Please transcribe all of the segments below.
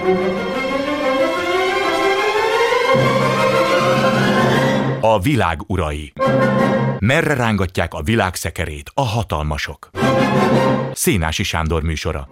A világ urai. Merre rángatják a világ szekerét a hatalmasok? Szénási Sándor műsora.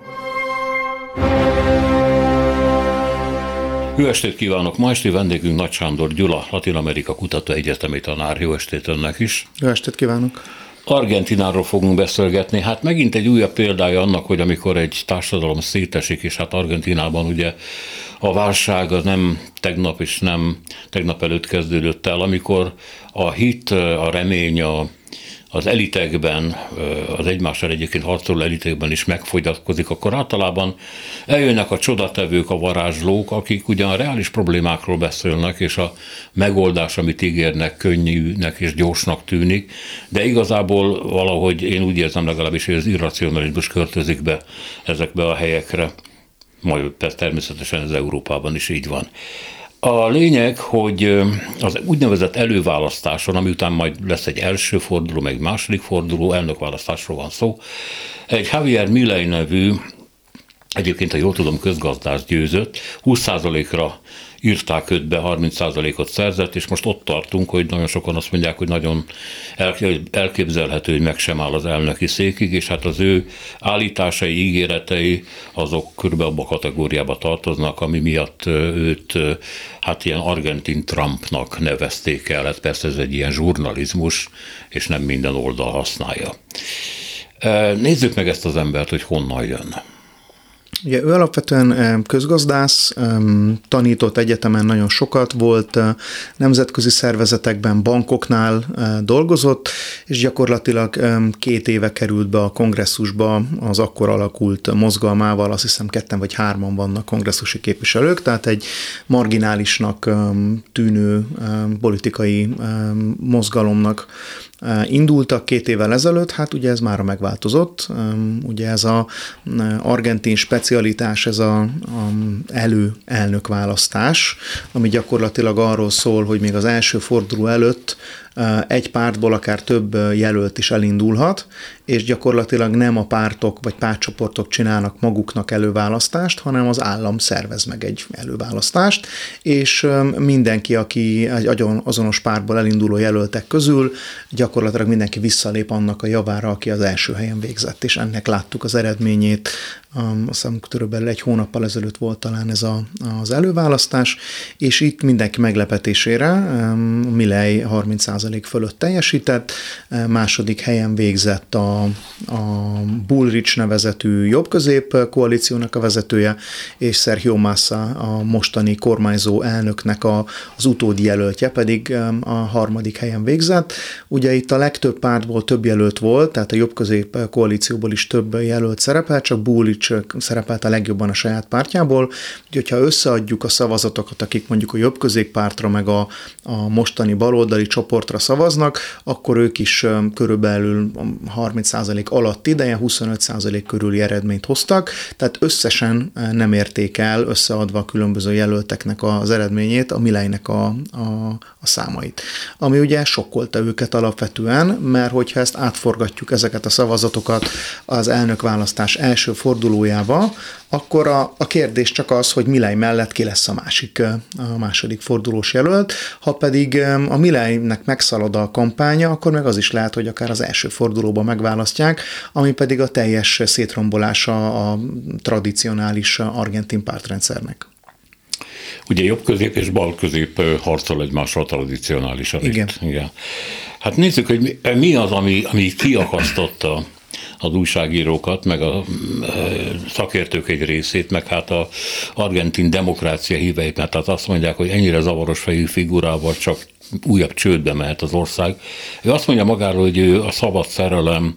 Jó estét kívánok! Ma esti vendégünk Nagy Sándor Gyula, Latin-Amerika Kutatóegyetemi tanár. Jó estét önnek is! Jó estét kívánok! Argentínáról fogunk beszélgetni. Hát megint egy újabb példája annak, hogy amikor egy társadalom szétesik, és hát Argentínában ugye a válság az nem tegnap és nem tegnap előtt kezdődött el, amikor a hit, a remény, az elitekben, az egymással egyébként harcoló elitekben is megfogyatkozik, akkor általában eljönnek a csodatevők, a varázslók, akik ugyan reális problémákról beszélnek, és a megoldás, amit ígérnek, könnyűnek és gyorsnak tűnik, de igazából valahogy én úgy érzem legalábbis, hogy az irracionalizmus költözik be ezekbe a helyekre, majd természetesen ez Európában is így van. A lényeg, hogy az úgynevezett előválasztáson, ami után majd lesz egy első forduló, meg egy második forduló, elnökválasztásról van szó, egy Javier Milei nevű, egyébként, ha jól tudom, közgazdász győzött, 20%-ra írták őt be, 30%-ot szerzett, és most ott tartunk, hogy nagyon sokan azt mondják, hogy nagyon elképzelhető, hogy meg sem áll az elnöki székig, és hát az ő állításai, ígéretei, azok körülbelül abba a kategóriába tartoznak, ami miatt őt hát ilyen argentin Trumpnak nevezték el. Hát persze ez egy ilyen zsurnalizmus, és nem minden oldal használja. Nézzük meg ezt az embert, hogy honnan jön. Ugye ő alapvetően közgazdász, tanított egyetemen nagyon sokat, volt nemzetközi szervezetekben, bankoknál dolgozott, és gyakorlatilag 2 éve került be a kongresszusba az akkor alakult mozgalmával, azt hiszem 2 vagy 3 vannak kongresszusi képviselők, tehát egy marginálisnak tűnő politikai mozgalomnak indultak 2 évvel ezelőtt, hát ugye ez mára megváltozott, ugye ez az argentin specialitás, ez az elnökválasztás, ami gyakorlatilag arról szól, hogy még az első forduló előtt egy pártból akár több jelölt is elindulhat, és gyakorlatilag nem a pártok vagy pártcsoportok csinálnak maguknak előválasztást, hanem az állam szervez meg egy előválasztást, és mindenki, aki egy azonos pártból elinduló jelöltek közül, gyakorlatilag mindenki visszalép annak a javára, aki az első helyen végzett, és ennek láttuk az eredményét. Azt hiszem, körülbelül 1 hónappal ezelőtt volt talán ez az előválasztás, és itt mindenki meglepetésére Milei 30% fölött teljesített, második helyen végzett a Bullrich nevezetű jobbközép koalíciónak a vezetője, és Sergio Massa, a mostani kormányzó elnöknek az utódi jelöltje pedig a 3. helyen végzett. Ugye itt a legtöbb pártból több jelölt volt, tehát a jobbközép koalícióból is több jelölt szerepel, csak Bullrich szerepelt a legjobban a saját pártjából, úgyhogy ha összeadjuk a szavazatokat, akik mondjuk a jobbközéppártra meg a mostani baloldali csoportra szavaznak, akkor ők is körülbelül 30% alatti, de 25% körüli eredményt hoztak, tehát összesen nem érték el, összeadva a különböző jelölteknek az eredményét, a Mileinek a számait. Ami ugye sokkolta őket alapvetően, mert hogyha ezt átforgatjuk ezeket a szavazatokat az elnökválasztás első fordulójába, akkor a kérdés csak az, hogy Milei mellett ki lesz a második fordulós jelölt. Ha pedig a Mileinek megszalad a kampánya, akkor meg az is lehet, hogy akár az első fordulóban megválasztják, ami pedig a teljes szétrombolása a tradicionális argentin pártrendszernek. Ugye jobb-közép és bal-közép harcol egymással tradicionálisan. Igen. Hát nézzük, hogy mi az, ami kiakasztotta az újságírókat, meg a szakértők egy részét, meg hát az argentin demokrácia híveit, mert hát azt mondják, hogy ennyire zavaros fejű figurával csak újabb csődbe mehet az ország. Ő azt mondja magáról, hogy ő a szabad szerelem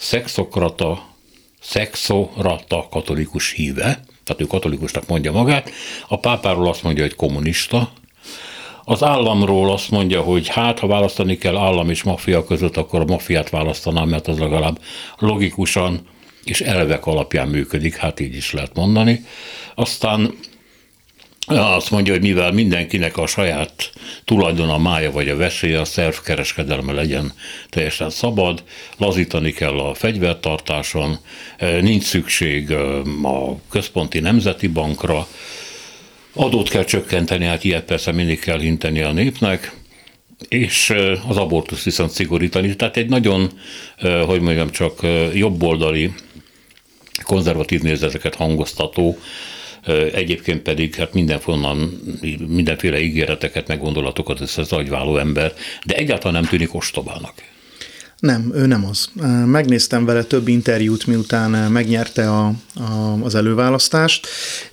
szexorata katolikus híve, tehát ő katolikusnak mondja magát, a pápáról azt mondja, hogy kommunista, az államról azt mondja, hogy hát, ha választani kell állam és maffia között, akkor a maffiát választanám, mert az legalább logikusan és elvek alapján működik, hát így is lehet mondani. Aztán azt mondja, hogy mivel mindenkinek a saját tulajdona, mája vagy a veséje, a szervkereskedelme legyen teljesen szabad, lazítani kell a fegyvertartáson, nincs szükség a központi nemzeti bankra, Adót kell csökkenteni, hát ilyet persze mindig kell hinteni a népnek, és az abortusz viszont szigorítani. Tehát egy nagyon, hogy mondjam, csak jobboldali, konzervatív nézeteket hangoztató, egyébként pedig hát mindenféle ígéreteket, meg gondolatokat összezagyváló ember, de egyáltalán nem tűnik ostobának. Nem, ő nem az. Megnéztem vele több interjút, miután megnyerte az előválasztást,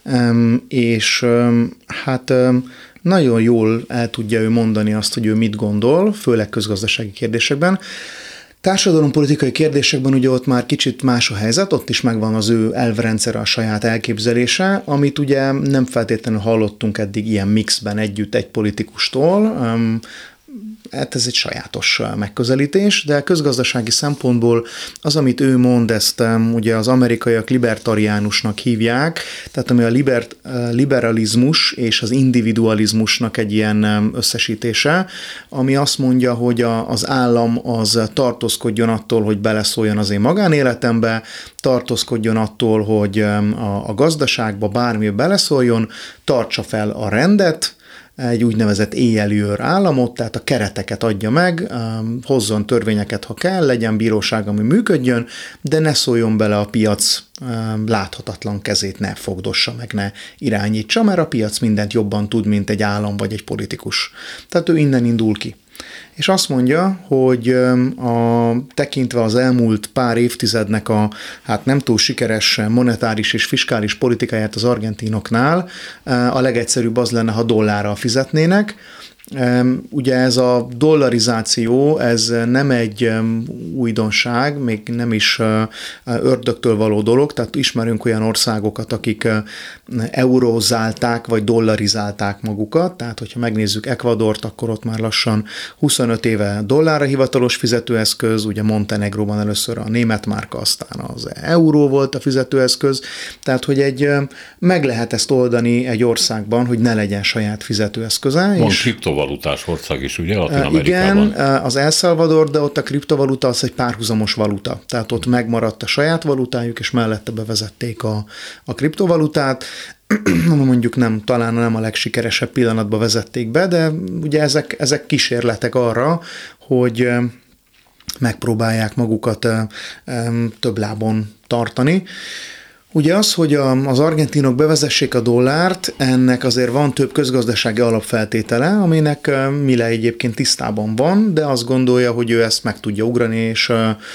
és hát nagyon jól el tudja ő mondani azt, hogy ő mit gondol, főleg közgazdasági kérdésekben. Társadalompolitikai kérdésekben ugye ott már kicsit más a helyzet, ott is megvan az ő elvrendszere, a saját elképzelése, amit ugye nem feltétlenül hallottunk eddig ilyen mixben együtt egy politikustól. Hát ez egy sajátos megközelítés, de közgazdasági szempontból az, amit ő mond, ezt ugye az amerikaiak libertariánusnak hívják, tehát ami a liberalizmus és az individualizmusnak egy ilyen összesítése, ami azt mondja, hogy az állam az tartózkodjon attól, hogy beleszóljon az én magánéletembe, tartózkodjon attól, hogy a gazdaságba bármi beleszóljon, tartsa fel a rendet, egy úgynevezett éjjeli őr államot, tehát a kereteket adja meg, hozzon törvényeket, ha kell, legyen bíróság, ami működjön, de ne szóljon bele a piac láthatatlan kezét, ne fogdossa meg, ne irányítsa, mert a piac mindent jobban tud, mint egy állam vagy egy politikus. Tehát ő innen indul ki. És azt mondja, hogy tekintve az elmúlt pár évtizednek a hát nem túl sikeres monetáris és fiskális politikáját az argentinoknál, a legegyszerűbb az lenne, ha dollárral fizetnének. Ugye ez a dollarizáció, ez nem egy újdonság, még nem is ördögtől való dolog, tehát ismerünk olyan országokat, akik eurózálták vagy dollarizálták magukat, tehát hogyha megnézzük Ecuadort, akkor ott már lassan 25 éve dollárra hivatalos fizetőeszköz, ugye Montenegróban először a német márka, aztán az euró volt a fizetőeszköz, tehát hogy meg lehet ezt oldani egy országban, hogy ne legyen saját fizetőeszköze. Van kriptovalutás ország is, ugye, Latin-Amerikában? Igen, az El Salvador, de ott a kriptovaluta az egy párhuzamos valuta, tehát ott megmaradt a saját valutájuk, és mellette bevezették a kriptovalutát. Mondjuk talán nem a legsikeresebb pillanatban vezették be, de ugye ezek kísérletek arra, hogy megpróbálják magukat több lábon tartani. Ugye az, hogy az argentinok bevezessék a dollárt, ennek azért van több közgazdasági alapfeltétele, aminek Milei egyébként tisztában van, de azt gondolja, hogy ő ezt meg tudja ugrani, és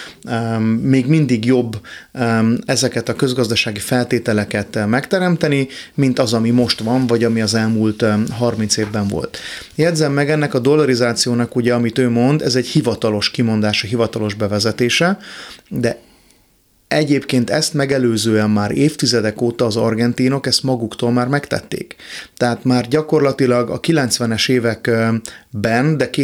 még mindig jobb ezeket a közgazdasági feltételeket megteremteni, mint az, ami most van, vagy ami az elmúlt 30 évben volt. Jegyzem meg, ennek a dollarizációnak, ugye, amit ő mond, ez egy hivatalos kimondása, hivatalos bevezetése, de egyébként ezt megelőzően már évtizedek óta az argentinok ezt maguktól már megtették. Tehát már gyakorlatilag a 90-es években, de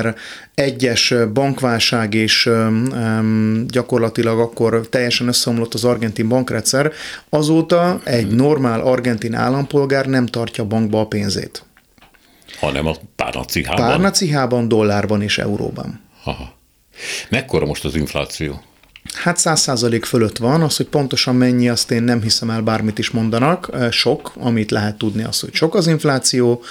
2001-es bankválság és gyakorlatilag akkor teljesen összeomlott az argentin bankrendszer, azóta egy normál argentin állampolgár nem tartja bankba a pénzét. Hanem a párnacihában? Párnacihában, dollárban és euróban. Aha. Mekkora most az infláció? Hát 100% fölött van, az, hogy pontosan mennyi, azt én nem hiszem el, bármit is mondanak. Sok, amit lehet tudni az, hogy sok az infláció,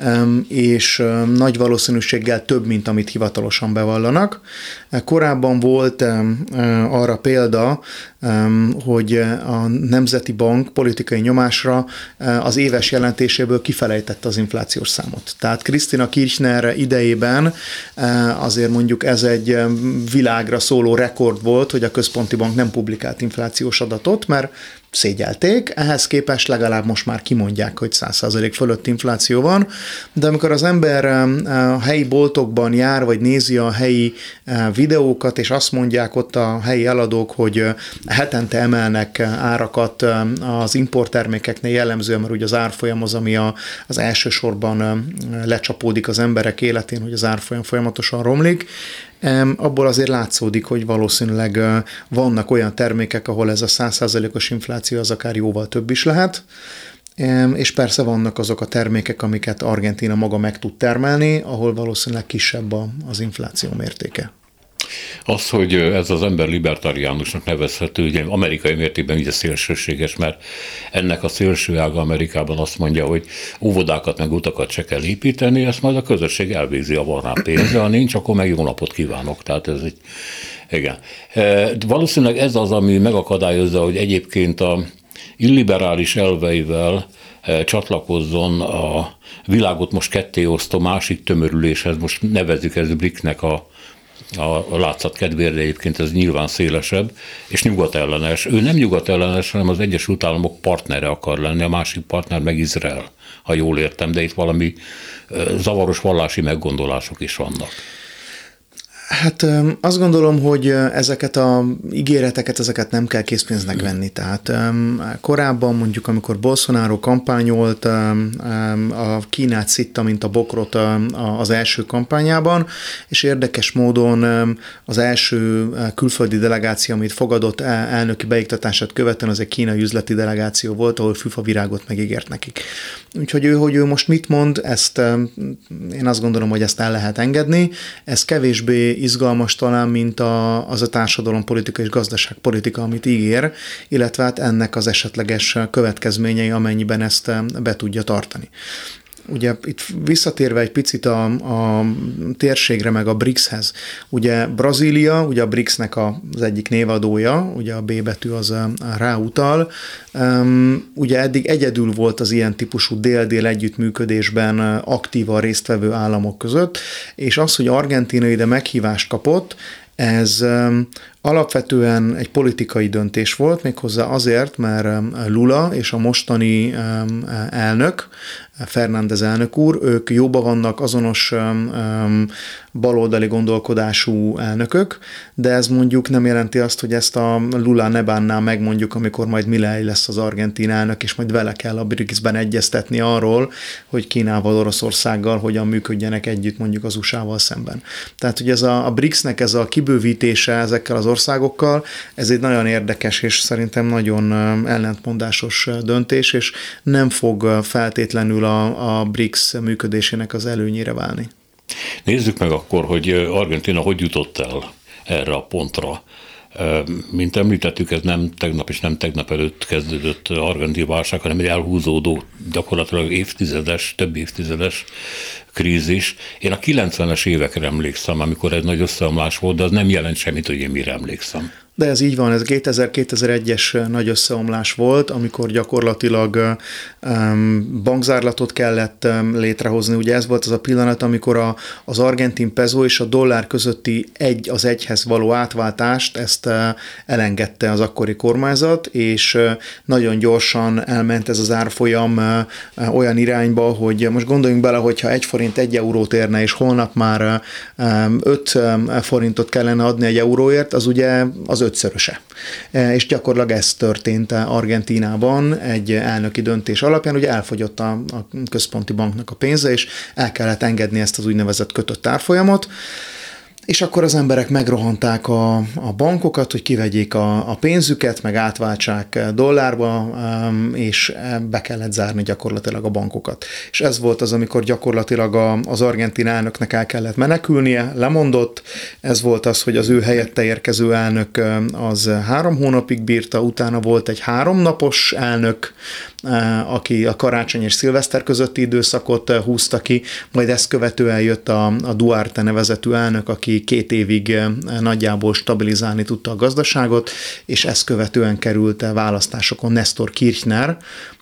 és nagy valószínűséggel több, mint amit hivatalosan bevallanak. Korábban volt arra példa, hogy a Nemzeti Bank politikai nyomásra az éves jelentéséből kifelejtette az inflációs számot. Tehát Christina Kirchner idejében azért mondjuk ez egy világra szóló rekord volt, hogy a központi bank nem publikált inflációs adatot, mert szégyelték, ehhez képest legalább most már kimondják, hogy 100% fölött infláció van, de amikor az ember a helyi boltokban jár, vagy nézi a helyi videókat, és azt mondják ott a helyi eladók, hogy hetente emelnek árakat az importtermékeknél jellemzően, mert ugye az árfolyam az, ami az elsősorban lecsapódik az emberek életén, hogy az árfolyam folyamatosan romlik, abból azért látszódik, hogy valószínűleg vannak olyan termékek, ahol ez a 100%-os infláció az akár jóval több is lehet, és persze vannak azok a termékek, amiket Argentína maga meg tud termelni, ahol valószínűleg kisebb az infláció mértéke. Az, hogy ez az ember libertariánusnak nevezhető, ugye amerikai mértékben ugye szélsőséges, mert ennek a szélső ága Amerikában azt mondja, hogy óvodákat meg utakat se kell építeni, ezt majd a közösség elvégzi, a van rá pénze, ha nincs, akkor meg jó napot kívánok. Tehát ez egy, igen. Valószínűleg ez az, ami megakadályozza, hogy egyébként a illiberális elveivel csatlakozzon a világot most kettéosztó másik tömörüléshez, most nevezzük ezt BRIC-nek a látszat kedvére, egyébként ez nyilván szélesebb, és nyugatellenes. Ő nem nyugatellenes, hanem az Egyesült Államok partnere akar lenni, a másik partner meg Izrael, ha jól értem, de itt valami zavaros vallási meggondolások is vannak. Hát azt gondolom, hogy ezeket az ígéreteket, ezeket nem kell készpénznek venni. Tehát korábban mondjuk, amikor Bolsonaro kampányolt, a Kínát szitta, mint a bokrot az első kampányában, és érdekes módon az első külföldi delegáció, amit fogadott elnöki beiktatását követően, az egy kínai üzleti delegáció volt, ahol fűfavirágot megígért nekik. Úgyhogy ő most mit mond, ezt én azt gondolom, hogy ezt el lehet engedni. Ez kevésbé izgalmas talán, mint az a társadalompolitika és gazdaságpolitika, amit ígér, illetve hát ennek az esetleges következményei, amennyiben ezt be tudja tartani. Ugye itt visszatérve egy picit a térségre, meg a BRICS-hez. Ugye Brazília, ugye a BRICS-nek az egyik névadója, ugye a B betű az ráutal. Ugye eddig egyedül volt az ilyen típusú dél-dél együttműködésben aktívan résztvevő államok között, és az, hogy Argentína ide meghívást kapott, ez alapvetően egy politikai döntés volt, méghozzá azért, mert Lula és a mostani elnök, Fernández elnök úr, ők jóba vannak, azonos baloldali gondolkodású elnökök, de ez mondjuk nem jelenti azt, hogy ezt a Lula ne bánná meg mondjuk, amikor majd Milei lesz az argentin elnök, és majd vele kell a BRICS-ben egyeztetni arról, hogy Kínával, Oroszországgal hogyan működjenek együtt mondjuk az USA-val szemben. Tehát, hogy ez a BRICS-nek ez a kibővítése ezekkel az országokkal, ez egy nagyon érdekes és szerintem nagyon ellentmondásos döntés, és nem fog feltétlenül a BRICS működésének az előnyére válni. Nézzük meg akkor, hogy Argentína hogy jutott el erre a pontra. Mint említettük, ez nem tegnap és nem tegnap előtt kezdődött argentin válság, hanem egy elhúzódó, gyakorlatilag több évtizedes krízis. Én a 90-es évekre emlékszem, amikor egy nagy összeomlás volt, de az nem jelent semmit, hogy én mire emlékszem. De ez így van, ez 2000-2001-es nagy összeomlás volt, amikor gyakorlatilag bankzárlatot kellett létrehozni. Ugye ez volt az a pillanat, amikor az argentin peso és a dollár közötti az egyhez való átváltást, ezt elengedte az akkori kormányzat, és nagyon gyorsan elment ez az árfolyam olyan irányba, hogy most gondoljunk bele, hogyha 1 forint 1 eurót érne, és holnap már 5 forintot kellene adni 1 euróért, az ugye az 5-szöröse. És gyakorlatilag ez történt Argentínában egy elnöki döntés alapján, ugye elfogyott a központi banknak a pénze, és el kellett engedni ezt az úgynevezett kötött árfolyamot, és akkor az emberek megrohanták a bankokat, hogy kivegyék a pénzüket, meg átváltsák dollárba, és be kellett zárni gyakorlatilag a bankokat. És ez volt az, amikor gyakorlatilag az argentin elnöknek el kellett menekülnie, lemondott. Ez volt az, hogy az ő helyette érkező elnök az 3 hónapig bírta, utána volt egy 3 napos elnök, aki a karácsony és szilveszter közötti időszakot húzta ki, majd ezt követően jött a Duarte nevezetű elnök, aki 2 évig nagyjából stabilizálni tudta a gazdaságot, és ezt követően került választásokon Néstor Kirchner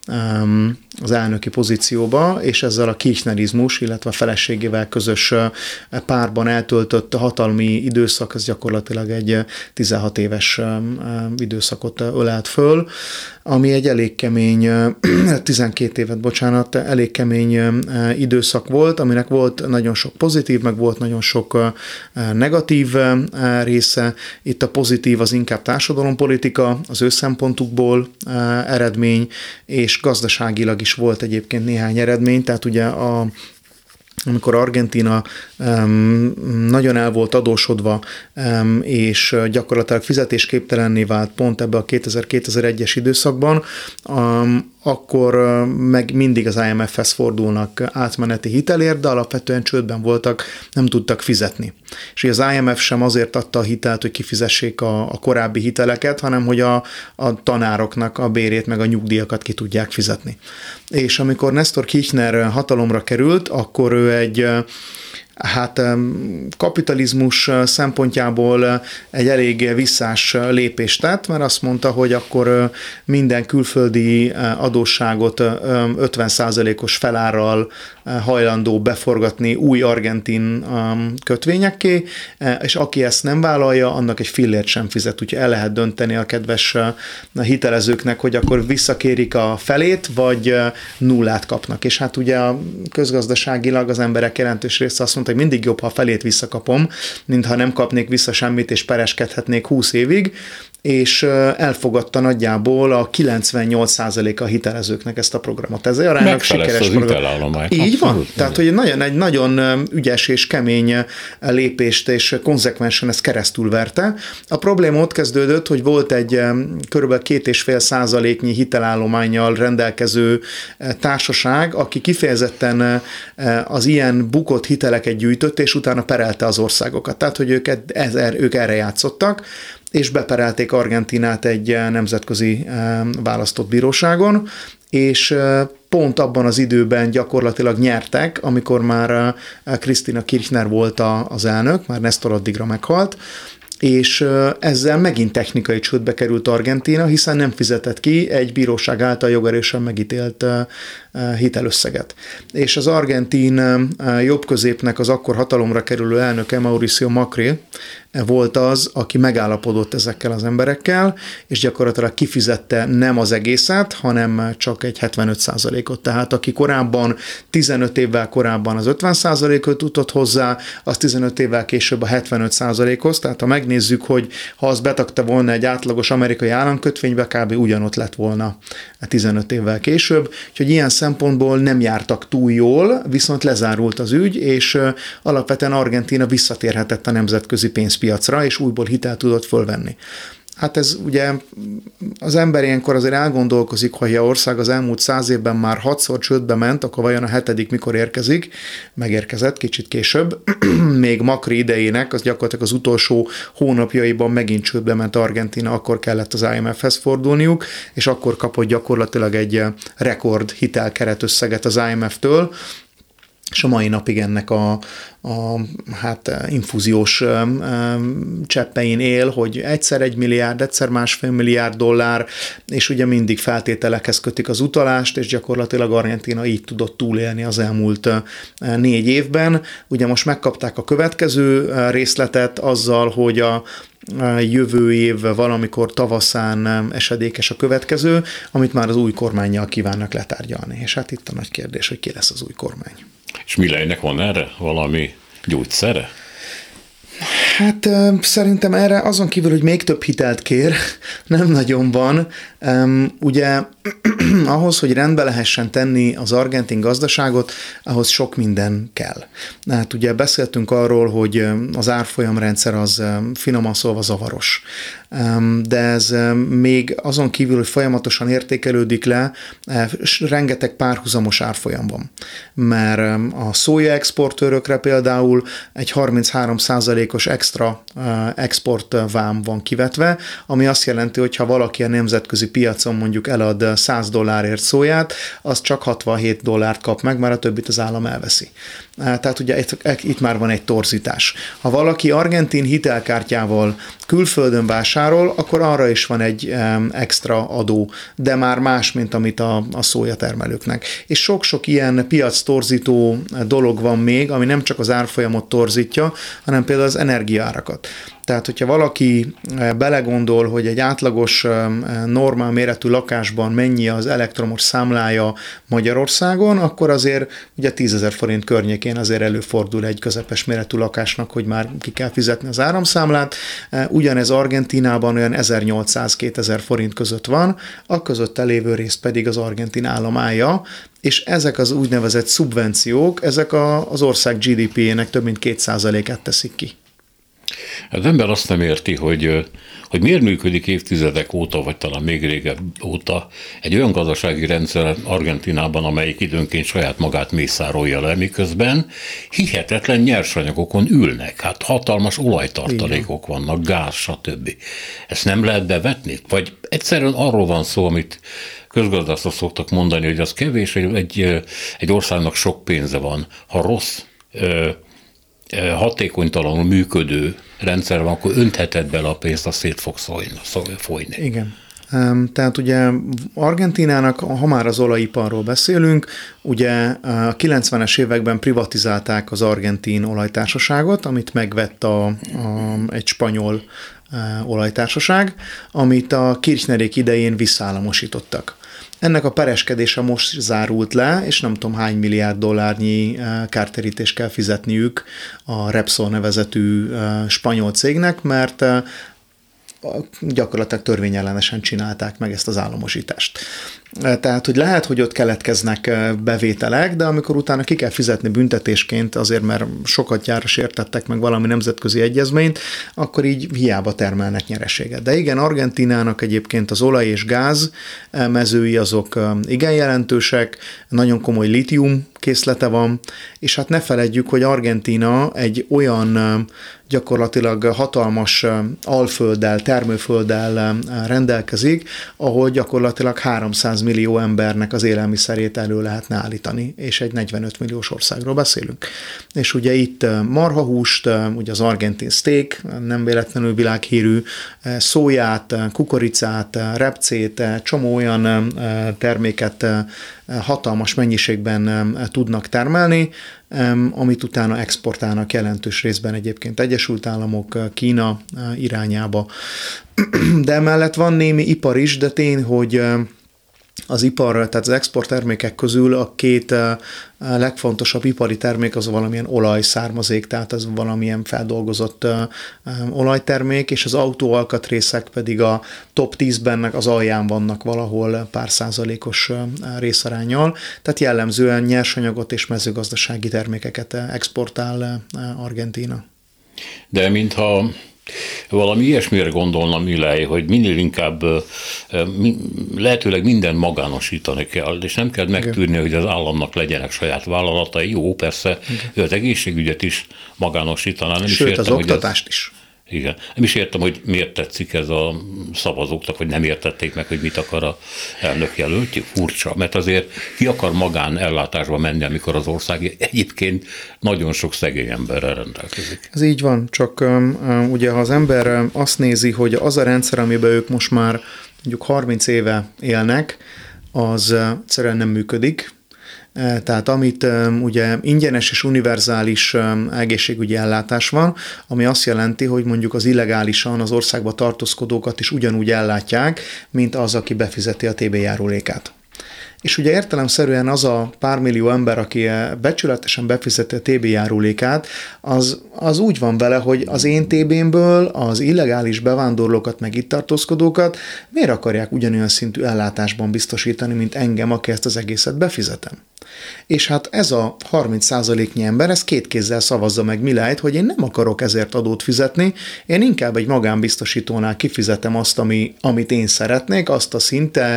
az elnöki pozícióba, és ezzel a kirchnerizmus, illetve a feleségével közös párban eltöltött hatalmi időszak, ez gyakorlatilag egy 16 éves időszakot ölelt föl, ami egy elég kemény, 12 évet, bocsánat, elég kemény időszak volt, aminek volt nagyon sok pozitív, meg volt nagyon sok negatív része. Itt a pozitív az inkább társadalompolitika, az ő szempontukból eredmény, és gazdaságilag is volt egyébként néhány eredmény, tehát ugye amikor Argentína nagyon el volt adósodva, és gyakorlatilag fizetésképtelenné vált pont ebbe a 2000-2001-es időszakban, akkor meg mindig az IMF-hez fordulnak átmeneti hitelért, de alapvetően csődben voltak, nem tudtak fizetni. És az IMF sem azért adta a hitelt, hogy kifizessék a korábbi hiteleket, hanem hogy a tanároknak a bérét meg a nyugdíjakat ki tudják fizetni. És amikor Néstor Kirchner hatalomra került, akkor ő egy kapitalizmus szempontjából egy elég visszás lépést tett, mert azt mondta, hogy akkor minden külföldi adósságot 50%-os felárral hajlandó beforgatni új argentin kötvényekké, és aki ezt nem vállalja, annak egy fillért sem fizet. Úgyhogy el lehet dönteni a kedves hitelezőknek, hogy akkor visszakérik a felét, vagy nullát kapnak. És hát ugye közgazdaságilag az emberek jelentős része azt mondta, hogy mindig jobb, ha a felét visszakapom, mintha nem kapnék vissza semmit, és pereskedhetnék 20 évig, és elfogadta nagyjából a 98% a hitelezőknek ezt a programot. Ez aránylag sikeres program. Így van. Tehát, hogy egy nagyon ügyes és kemény lépést, és konzekvensen ezt keresztülverte. A probléma ott kezdődött, hogy volt egy kb. 2,5%-nyi hitelállománnyal rendelkező társaság, aki kifejezetten az ilyen bukott hiteleket gyűjtött, és utána perelte az országokat. Tehát, hogy ők erre játszottak, és beperelték Argentínát egy nemzetközi választott bíróságon, és pont abban az időben gyakorlatilag nyertek, amikor már Cristina Kirchner volt az elnök, már Néstor addigra meghalt, és ezzel megint technikai csődbe került Argentína, hiszen nem fizetett ki egy bíróság által jogerősen megítélt hitelösszeget. És az argentin jobbközépnek az akkor hatalomra kerülő elnöke Mauricio Macri volt az, aki megállapodott ezekkel az emberekkel, és gyakorlatilag kifizette nem az egészet, hanem csak egy 75%-ot. Tehát aki korábban, 15 évvel korábban az 50%-ot tudott hozzá, az 15 évvel később a 75%-hoz. Tehát ha megnézzük, hogy ha az betagta volna egy átlagos amerikai államkötvénybe, kb. Ugyanott lett volna 15 évvel később. Úgyhogy ilyen szempontból nem jártak túl jól, viszont lezárult az ügy, és alapvetően Argentína visszatérhetett a nemzetközi pénzpiacra, és újból hitelt tudott fölvenni. Hát ez ugye az ember ilyenkor azért elgondolkozik, hogy a ország az elmúlt 100 évben már 6-szor csődbe ment, akkor vajon a 7. mikor érkezik? Megérkezett kicsit később. Még Macri idejének, az gyakorlatilag az utolsó hónapjaiban megint csődbe ment Argentína, akkor kellett az IMF-hez fordulniuk, és akkor kapott gyakorlatilag egy rekord hitelkeretösszeget az IMF-től, és a mai napig ennek a infúziós cseppein él, hogy egyszer 1 milliárd, egyszer 1,5 milliárd dollár, és ugye mindig feltételekhez kötik az utalást, és gyakorlatilag Argentína így tudott túlélni az elmúlt 4 évben. Ugye most megkapták a következő részletet azzal, hogy a jövő év valamikor tavaszán esedékes a következő, amit már az új kormánnyal kívánnak letárgyalni. És hát itt a nagy kérdés, hogy ki lesz az új kormány. És Milleinek van erre valami gyógyszere? Hát szerintem erre azon kívül, hogy még több hitelt kér, nem nagyon van. Ugye ahhoz, hogy rendbe lehessen tenni az argentin gazdaságot, ahhoz sok minden kell. Hát ugye beszéltünk arról, hogy az árfolyamrendszer az finoman szólva zavaros. De ez még azon kívül, hogy folyamatosan értékelődik le, rengeteg párhuzamos árfolyam van. Mert a szója exportőrökre például egy 33%-os extra exportvám van kivetve, ami azt jelenti, hogy ha valaki a nemzetközi piacon mondjuk elad $100 szóját, az csak $67 kap meg, mert a többit az állam elveszi. Tehát ugye itt már van egy torzítás. Ha valaki argentin hitelkártyával külföldön vásárol, akkor arra is van egy extra adó, de már más, mint amit a szójatermelőknek. És sok-sok ilyen piac torzító dolog van még, ami nem csak az árfolyamot torzítja, hanem például az energiaárakat. Tehát, hogyha valaki belegondol, hogy egy átlagos, normál méretű lakásban mennyi az elektromos számlája Magyarországon, akkor azért ugye 10 000 forint környékén azért előfordul egy közepes méretű lakásnak, hogy már ki kell fizetni az áramszámlát. Ugyanez Argentínában olyan 1800-2000 forint között van, a közötte lévő rész pedig az argentin állam állja, és ezek az úgynevezett szubvenciók, ezek az ország GDP-jének több mint 2%-át teszik ki. Az ember azt nem érti, hogy miért működik évtizedek óta, vagy talán még régebb óta egy olyan gazdasági rendszer Argentinában, amelyik időnként saját magát mészárolja le, miközben hihetetlen nyersanyagokon ülnek. Hát hatalmas olajtartalékok vannak, gáz, stb. Ezt nem lehet bevetni? Vagy egyszerűen arról van szó, amit közgazdászok szoktak mondani, hogy az kevés, hogy egy országnak sok pénze van. Ha rossz, hatékonytalanul működő rendszer van, akkor öntheted bele a pénzt, azt szét fog folyni. Igen. Tehát ugye Argentínának, ha már az olajiparról beszélünk, ugye a 90-es években privatizálták az argentin olajtársaságot, amit megvett egy spanyol olajtársaság, amit a Kirchnerék idején visszaállamosítottak. Ennek a pereskedése most zárult le, és nem tudom hány milliárd dollárnyi kártérítést kell fizetniük a Repsol nevezetű spanyol cégnek, mert gyakorlatilag törvényellenesen csinálták meg ezt az államosítást. Tehát, hogy lehet, hogy ott keletkeznek bevételek, de amikor utána ki kell fizetni büntetésként azért, mert sokat gyára sértettek meg valami nemzetközi egyezményt, akkor így hiába termelnek nyereséget. De igen, Argentínának egyébként az olaj és gáz mezői azok igen jelentősek, nagyon komoly lítium készlete van, és hát ne feledjük, hogy Argentína egy olyan gyakorlatilag hatalmas alfölddel, termőfölddel rendelkezik, ahol gyakorlatilag 300 millió embernek az élelmiszerét elő lehetne állítani, és egy 45 milliós országról beszélünk. És ugye itt marhahúst, ugye az argentin steak, nem véletlenül világhírű, szóját, kukoricát, repcét, csomó olyan terméket hatalmas mennyiségben tudnak termelni, amit utána exportálnak jelentős részben egyébként Egyesült Államok, Kína irányába. De emellett van némi ipar is, de tény, hogy az ipar, tehát az exporttermékek közül a két legfontosabb ipari termék az valamilyen olajszármazék, tehát az valamilyen feldolgozott olajtermék, és az autóalkatrészek pedig a top 10-ben az alján vannak valahol pár százalékos részaránnyal, tehát jellemzően nyersanyagot és mezőgazdasági termékeket exportál Argentína. De mintha valami ilyesmire gondolna Milei, hogy minél inkább lehetőleg minden magánosítani kell, és nem kell megtűrni, hogy az államnak legyenek saját vállalatai. Jó, persze, ő az egészségügyet is magánosítaná. Nem Sőt, is értem, az oktatást is. Igen. Nem is értem, hogy miért tetszik ez a szavazóknak, vagy nem értették meg, hogy mit akar a elnök jelöltjük. Furcsa, mert azért ki akar magánellátásba menni, amikor az ország egyébként nagyon sok szegény emberrel rendelkezik. Ez így van, csak ugye ha az ember azt nézi, hogy az a rendszer, amiben ők most már mondjuk 30 éve élnek, az egyszerűen nem működik. Tehát amit ugye ingyenes és univerzális egészségügyi ellátás van, ami azt jelenti, hogy mondjuk az illegálisan az országba tartózkodókat is ugyanúgy ellátják, mint az, aki befizeti a TB járulékát. És ugye értelemszerűen az a pár millió ember, aki becsületesen befizeti a TB járulékát, az úgy van vele, hogy az én TB-mből az illegális bevándorlókat, meg itt tartózkodókat miért akarják ugyanolyan szintű ellátásban biztosítani, mint engem, aki ezt az egészet befizetem. És hát ez a 30%-nyi ember, ez két kézzel szavazza meg Mileit, hogy én nem akarok ezért adót fizetni, én inkább egy magánbiztosítónál kifizetem azt, amit én szeretnék, azt a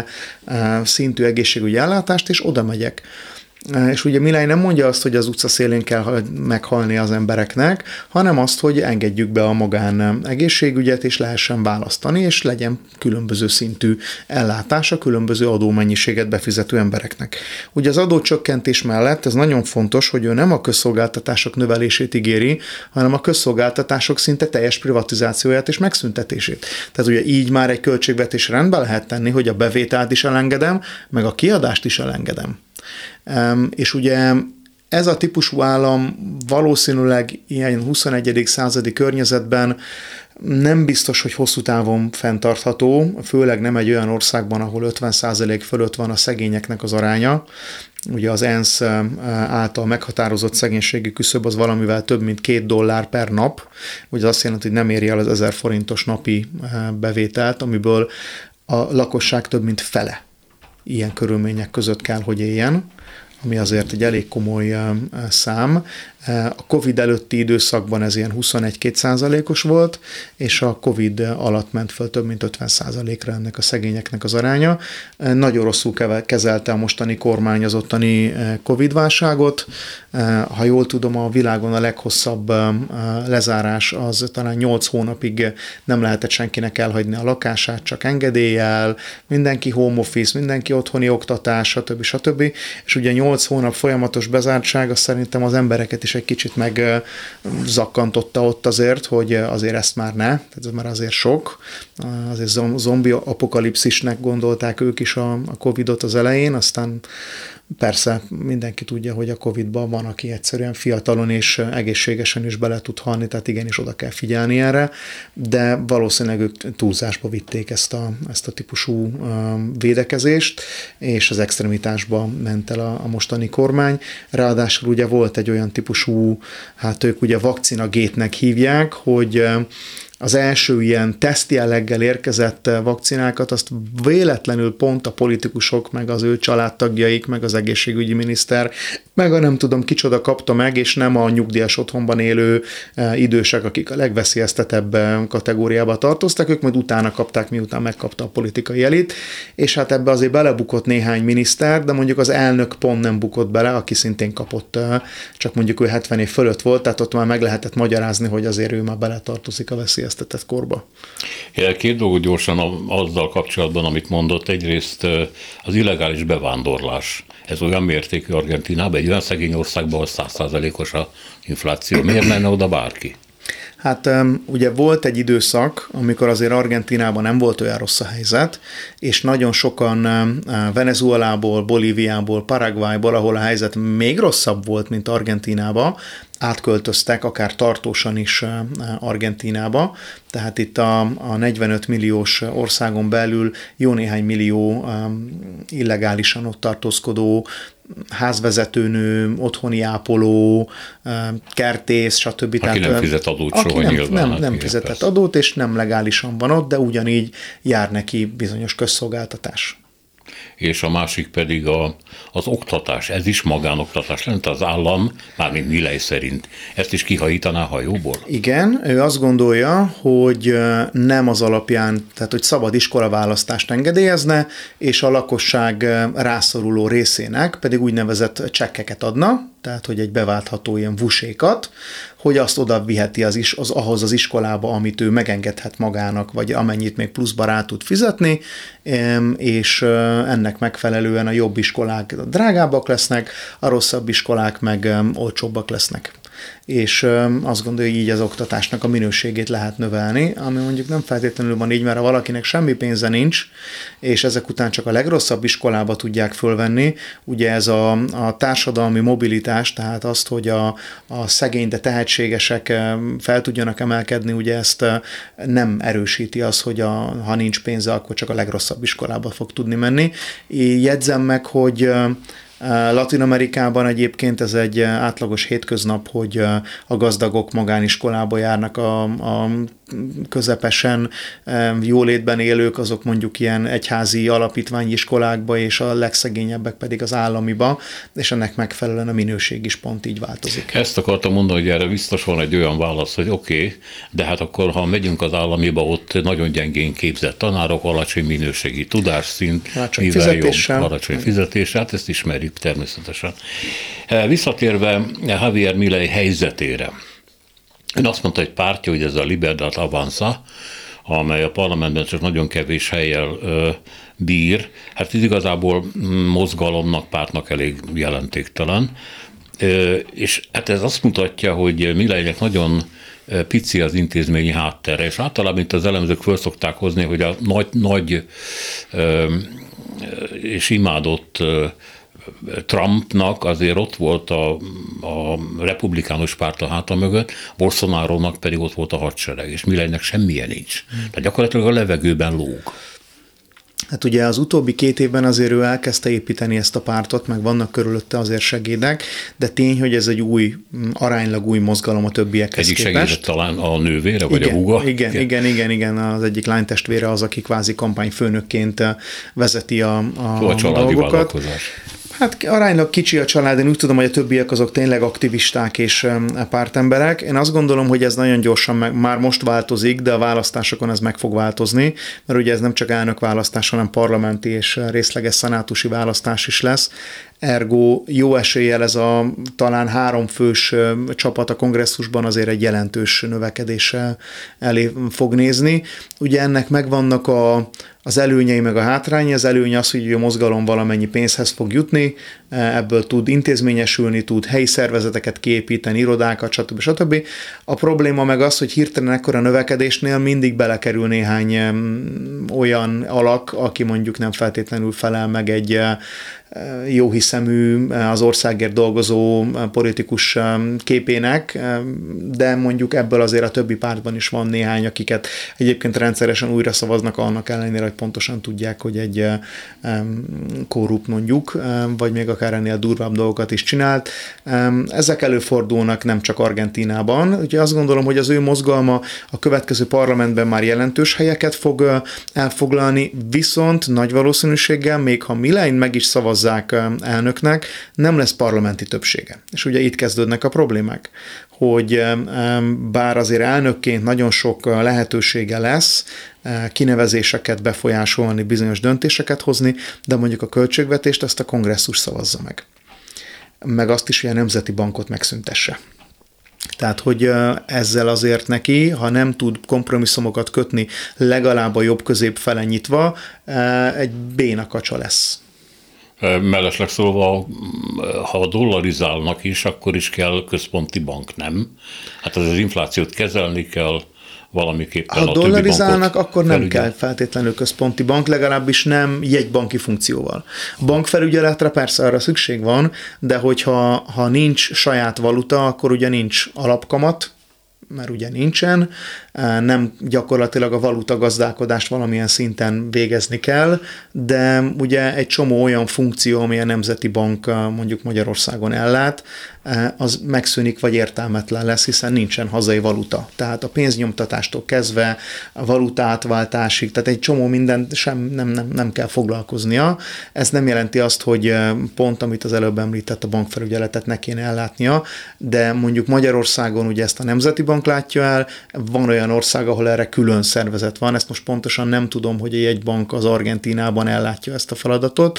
szintű egészségügyi ellátást, és oda megyek. És ugye Milei nem mondja azt, hogy az utca szélén kell meghalni az embereknek, hanem azt, hogy engedjük be a magán egészségügyet, és lehessen választani, és legyen különböző szintű ellátás a különböző adómennyiséget befizető embereknek. Ugye az adócsökkentés mellett ez nagyon fontos, hogy ő nem a közszolgáltatások növelését ígéri, hanem a közszolgáltatások szinte teljes privatizációját és megszüntetését. Tehát ugye így már egy költségvetés rendbe lehet tenni, hogy a bevételt is elengedem, meg a kiadást is elengedem. És ugye ez a típusú állam valószínűleg ilyen 21. századi környezetben nem biztos, hogy hosszú távon fenntartható, főleg nem egy olyan országban, ahol 50% fölött van a szegényeknek az aránya. Ugye az ENSZ által meghatározott szegénységi küszöb az valamivel több mint $2 per nap, ugye azt jelenti, hogy nem éri el az 1000 forintos napi bevételt, amiből a lakosság több mint fele ilyen körülmények között kell, hogy éljen, ami azért egy elég komoly szám. A Covid előtti időszakban ez ilyen 21-22%-os volt, és a Covid alatt ment föl több mint 50%-ra ennek a szegényeknek az aránya. Nagyon rosszul kezelte a mostani kormány az ottani Covid-válságot. Ha jól tudom, a világon a leghosszabb lezárás az talán 8 hónapig nem lehetett senkinek elhagyni a lakását, csak engedéllyel, mindenki home office, mindenki otthoni oktatás, stb. És ugye 8 hónap folyamatos bezártság, azt szerintem az embereket is egy kicsit megzakkantotta ott azért, hogy azért ezt már ne, tehát ez már azért sok. Azért zombi apokalipszisnek gondolták ők is a Covidot az elején, aztán persze mindenki tudja, hogy a Covid-ban van, aki egyszerűen fiatalon és egészségesen is bele tud halni, tehát igenis oda kell figyelni erre, de valószínűleg ők túlzásba vitték ezt a típusú védekezést, és az extremitásba ment el a mostani kormány. Ráadásul ugye volt egy olyan típusú, hát ők ugye vakcinagétnek hívják, hogy az első ilyen tesztjelleggel érkezett vakcinákat, azt véletlenül pont a politikusok, meg az ő családtagjaik, meg az egészségügyi miniszter, meg a nem tudom kicsoda kapta meg, és nem a nyugdíjas otthonban élő idősek, akik a legveszélyeztetebb kategóriába tartoztak, ők majd utána kapták, miután megkapta a politikai elit, és hát ebbe azért belebukott néhány miniszter, de mondjuk az elnök pont nem bukott bele, aki szintén kapott, csak mondjuk ő 70 év fölött volt, tehát ott már meg lehetett magyarázni, hogy azért ő már beletartozik a veszélyeztetett korba. Két dolgot gyorsan azzal kapcsolatban, amit mondott. Egyrészt az illegális bevándorlás. Ez olyan mértékű Argentínában, egy olyan szegény országban, ahol 100%-os a infláció. Miért menne oda bárki? Hát ugye volt egy időszak, amikor azért Argentínában nem volt olyan rossz a helyzet, és nagyon sokan Venezuelából, Bolíviából, Paraguayból, ahol a helyzet még rosszabb volt, mint Argentínában, átköltöztek akár tartósan is Argentínába, tehát itt a 45 milliós országon belül jó néhány millió illegálisan ott tartózkodó házvezetőnő, otthoni ápoló, kertész, stb. Aki nem fizet adót soha nyilván. Nem fizetett adót, és nem legálisan van ott, de ugyanígy jár neki bizonyos közszolgáltatás. És a másik pedig az oktatás. Ez is magánoktatás lenne, az állam, mármint Milei szerint, ezt is kihajítaná hajóból? Igen, ő azt gondolja, hogy nem az alapján, tehát hogy szabad iskolaválasztást engedélyezne, és a lakosság rászoruló részének pedig úgynevezett csekkeket adna, tehát hogy egy beváltható ilyen vusékat, hogy azt oda viheti ahhoz az iskolába, amit ő megengedhet magának, vagy amennyit még pluszba rá tud fizetni, és ennek megfelelően a jobb iskolák drágábbak lesznek, a rosszabb iskolák meg olcsóbbak lesznek. És azt gondolja, hogy így az oktatásnak a minőségét lehet növelni, ami mondjuk nem feltétlenül van így, mert ha valakinek semmi pénze nincs, és ezek után csak a legrosszabb iskolába tudják fölvenni, ugye ez a társadalmi mobilitás, tehát azt, hogy a szegény, de tehetségesek fel tudjanak emelkedni, ugye ezt nem erősíti az, hogy ha nincs pénze, akkor csak a legrosszabb iskolába fog tudni menni. Jegyzem meg, hogy Latin-Amerikában egyébként ez egy átlagos hétköznap, hogy a gazdagok magániskolába járnak, a közepesen jólétben élők, azok mondjuk ilyen egyházi alapítványi iskolákba, és a legszegényebbek pedig az államiba, és ennek megfelelően a minőség is pont így változik. Ezt akartam mondani, hogy erre biztos van egy olyan válasz, hogy oké, de hát akkor, ha megyünk az államiba, ott nagyon gyengén képzett tanárok, alacsony minőségi tudásszint, mivel jobb, alacsony fizetés, hát ezt ismerjük természetesen. Visszatérve Javier Milei helyzetére, ön azt mondta, hogy pártja, hogy ez a Libertad Avanza, amely a parlamentben csak nagyon kevés hellyel bír, hát ez igazából mozgalomnak, pártnak elég jelentéktelen, és hát ez azt mutatja, hogy Mileinek nagyon pici az intézményi háttere, és általában, mint az elemzők föl szokták hozni, hogy a nagy és imádott Trumpnak azért ott volt a republikánus párt a háta mögött, Bolsonarónak pedig ott volt a hadsereg, és Milleinek semmilyen nincs. Tehát gyakorlatilag a levegőben lóg. Hát ugye az utóbbi 2 évben azért ő elkezdte építeni ezt a pártot, meg vannak körülötte azért segédek, de tény, hogy ez egy aránylag új mozgalom a többiekhez képest. Egyik segédet talán a nővére, vagy a húga? Igen, az egyik lánytestvére az, aki kvázi kampányfőnökként vezeti a családi dolgokat. Vállalkozás. Hát aránylag kicsi a család, én úgy tudom, hogy a többiek azok tényleg aktivisták és pártemberek. Én azt gondolom, hogy ez nagyon gyorsan már most változik, de a választásokon ez meg fog változni, mert ugye ez nem csak elnökválasztás, hanem parlamenti és részleges szenátusi választás is lesz. Ergo jó eséllyel ez a talán 3 fős csapat a kongresszusban azért egy jelentős növekedéssel elé fog nézni. Ugye ennek megvannak az előnyei meg a hátrányai. Az előny az, hogy a mozgalom valamennyi pénzhez fog jutni, ebből tud intézményesülni, tud helyi szervezeteket kiépíteni, irodákat, stb. A probléma meg az, hogy hirtelen ekkora növekedésnél mindig belekerül néhány olyan alak, aki mondjuk nem feltétlenül felel meg egy jóhiszemű, az országért dolgozó politikus képének, de mondjuk ebből azért a többi pártban is van néhány, akiket egyébként rendszeresen újra szavaznak annak ellenére, hogy pontosan tudják, hogy egy korrupt mondjuk, vagy még akár ennél durvább dolgokat is csinált. Ezek előfordulnak nem csak Argentínában. Ugye azt gondolom, hogy az ő mozgalma a következő parlamentben már jelentős helyeket fog elfoglalni, viszont nagy valószínűséggel, még ha Milei meg is szavazzák elnöknek, nem lesz parlamenti többsége. És ugye itt kezdődnek a problémák, hogy bár azért elnökként nagyon sok lehetősége lesz kinevezéseket befolyásolni, bizonyos döntéseket hozni, de mondjuk a költségvetést ezt a kongresszus szavazza meg. Meg azt is, hogy a Nemzeti Bankot megszüntesse. Tehát, hogy ezzel azért neki, ha nem tud kompromisszumokat kötni, legalább a jobb-közép fele nyitva, egy béna kacsa lesz. Mellesleg szólva, ha dollarizálnak is, akkor is kell központi bank, nem? Hát az inflációt kezelni kell valamiképpen. Ha dollarizálnak, akkor nem kell feltétlenül központi bank, legalábbis nem jegybanki funkcióval. Bankfelügyeletre persze arra szükség van, de hogyha nincs saját valuta, akkor ugye nincs alapkamat, mert ugye nincsen, nem gyakorlatilag a valuta gazdálkodást valamilyen szinten végezni kell, de ugye egy csomó olyan funkció, ami a Nemzeti Bank mondjuk Magyarországon ellát, az megszűnik, vagy értelmetlen lesz, hiszen nincsen hazai valuta. Tehát a pénznyomtatástól kezdve a valutátváltásig, tehát egy csomó minden nem kell foglalkoznia. Ez nem jelenti azt, hogy pont, amit az előbb említett, a bankfelügyeletet ne kéne ellátnia, de mondjuk Magyarországon ugye ezt a Nemzeti Bank látja el, van olyan ország, ahol erre külön szervezet van, ezt most pontosan nem tudom, hogy a jegybank az Argentínában ellátja ezt a feladatot,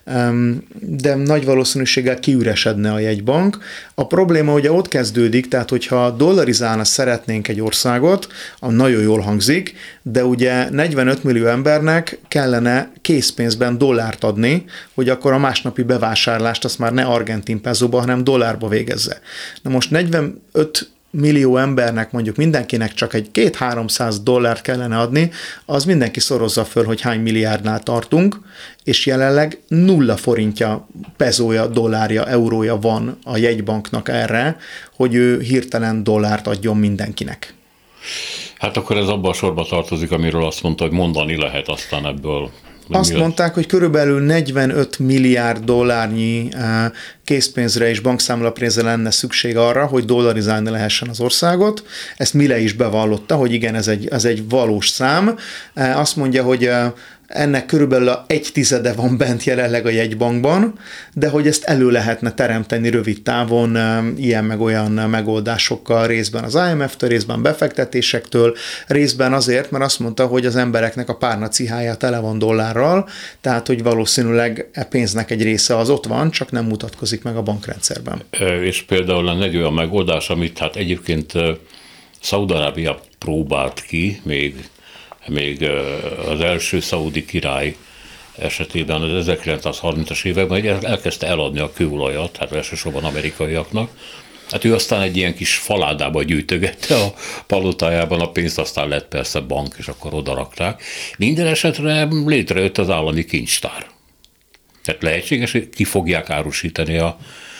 de nagy valószínűséggel kiüresedne a jegybank. A probléma ugye ott kezdődik, tehát hogyha dollarizálna szeretnénk egy országot, nagyon jól hangzik, de ugye 45 millió embernek kellene készpénzben dollárt adni, hogy akkor a másnapi bevásárlást azt már ne argentin pezóba, hanem dollárba végezze. Na most 45 millió embernek mondjuk mindenkinek csak egy 200-300 dollárt kellene adni, az mindenki szorozza föl, hogy hány milliárdnál tartunk, és jelenleg 0 forintja, pezója, dollárja, eurója van a jegybanknak erre, hogy ő hirtelen dollárt adjon mindenkinek. Hát akkor ez abban a sorba tartozik, amiről azt mondta, hogy mondani lehet aztán ebből. Azt mondták, hogy körülbelül 45 milliárd dollárnyi készpénzre és bankszámlapénzre lenne szükség arra, hogy dollarizálni lehessen az országot. Ezt Milei is bevallotta, hogy igen, ez egy valós szám. Azt mondja, hogy ennek körülbelül a 1/10 van bent jelenleg a jegybankban, de hogy ezt elő lehetne teremteni rövid távon ilyen meg olyan megoldásokkal, részben az IMF-től, részben befektetésektől, részben azért, mert azt mondta, hogy az embereknek a párnacíhája tele van dollárral, tehát hogy valószínűleg a pénznek egy része az ott van, csak nem mutatkozik meg a bankrendszerben. És például lenne egy olyan megoldás, amit hát egyébként Szaúd-Arábia próbált ki, még az első szaudi király esetében az 1930-as években elkezdte eladni a kőolajat, hát elsősorban amerikaiaknak. Hát ő aztán egy ilyen kis faládába gyűjtögette a palotájában a pénzt, aztán lett persze bank, és akkor odarakták. Minden esetre létrejött az állami kincstár. Tehát lehetséges, hogy ki fogják árusítani a